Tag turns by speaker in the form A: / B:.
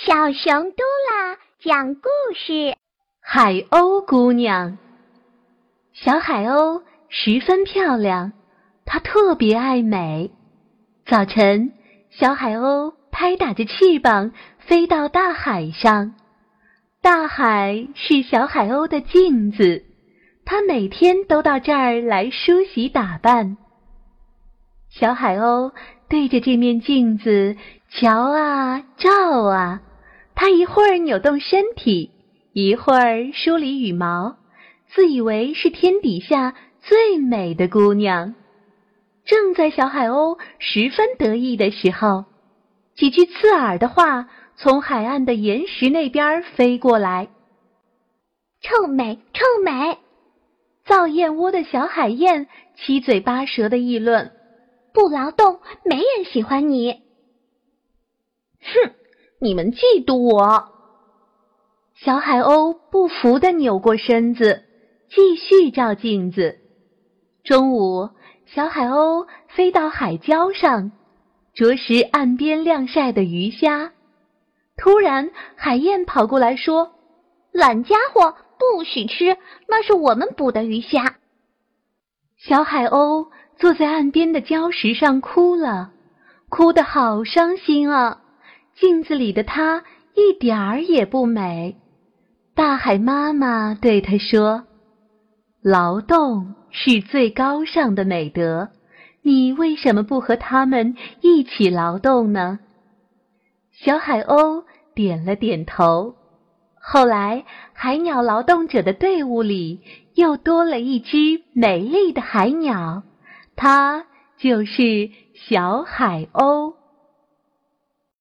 A: 小熊嘟啦讲故事。
B: 海鸥姑娘。小海鸥十分漂亮，它特别爱美。早晨，小海鸥拍打着翅膀飞到大海上。大海是小海鸥的镜子，它每天都到这儿来梳洗打扮。小海鸥对着这面镜子瞧啊照啊，它一会儿扭动身体，一会儿梳理羽毛，自以为是天底下最美的姑娘。正在小海鸥十分得意的时候，几句刺耳的话从海岸的岩石那边飞过来。
A: 臭美臭美！
B: 造燕窝的小海燕七嘴八舌地议论，
A: 不劳动没人喜欢你。
B: 哼，你们嫉妒我。小海鸥不服地扭过身子，继续照镜子。中午，小海鸥飞到海礁上，啄食岸边晾晒的鱼虾。突然，海燕跑过来说：“
A: 懒家伙，不许吃，那是我们捕的鱼虾。”
B: 小海鸥坐在岸边的礁石上哭了，哭得好伤心啊！镜子里的她一点儿也不美。大海妈妈对她说：“劳动是最高尚的美德，你为什么不和他们一起劳动呢？”小海鸥点了点头。后来，海鸟劳动者的队伍里又多了一只美丽的海鸟，它就是小海鸥。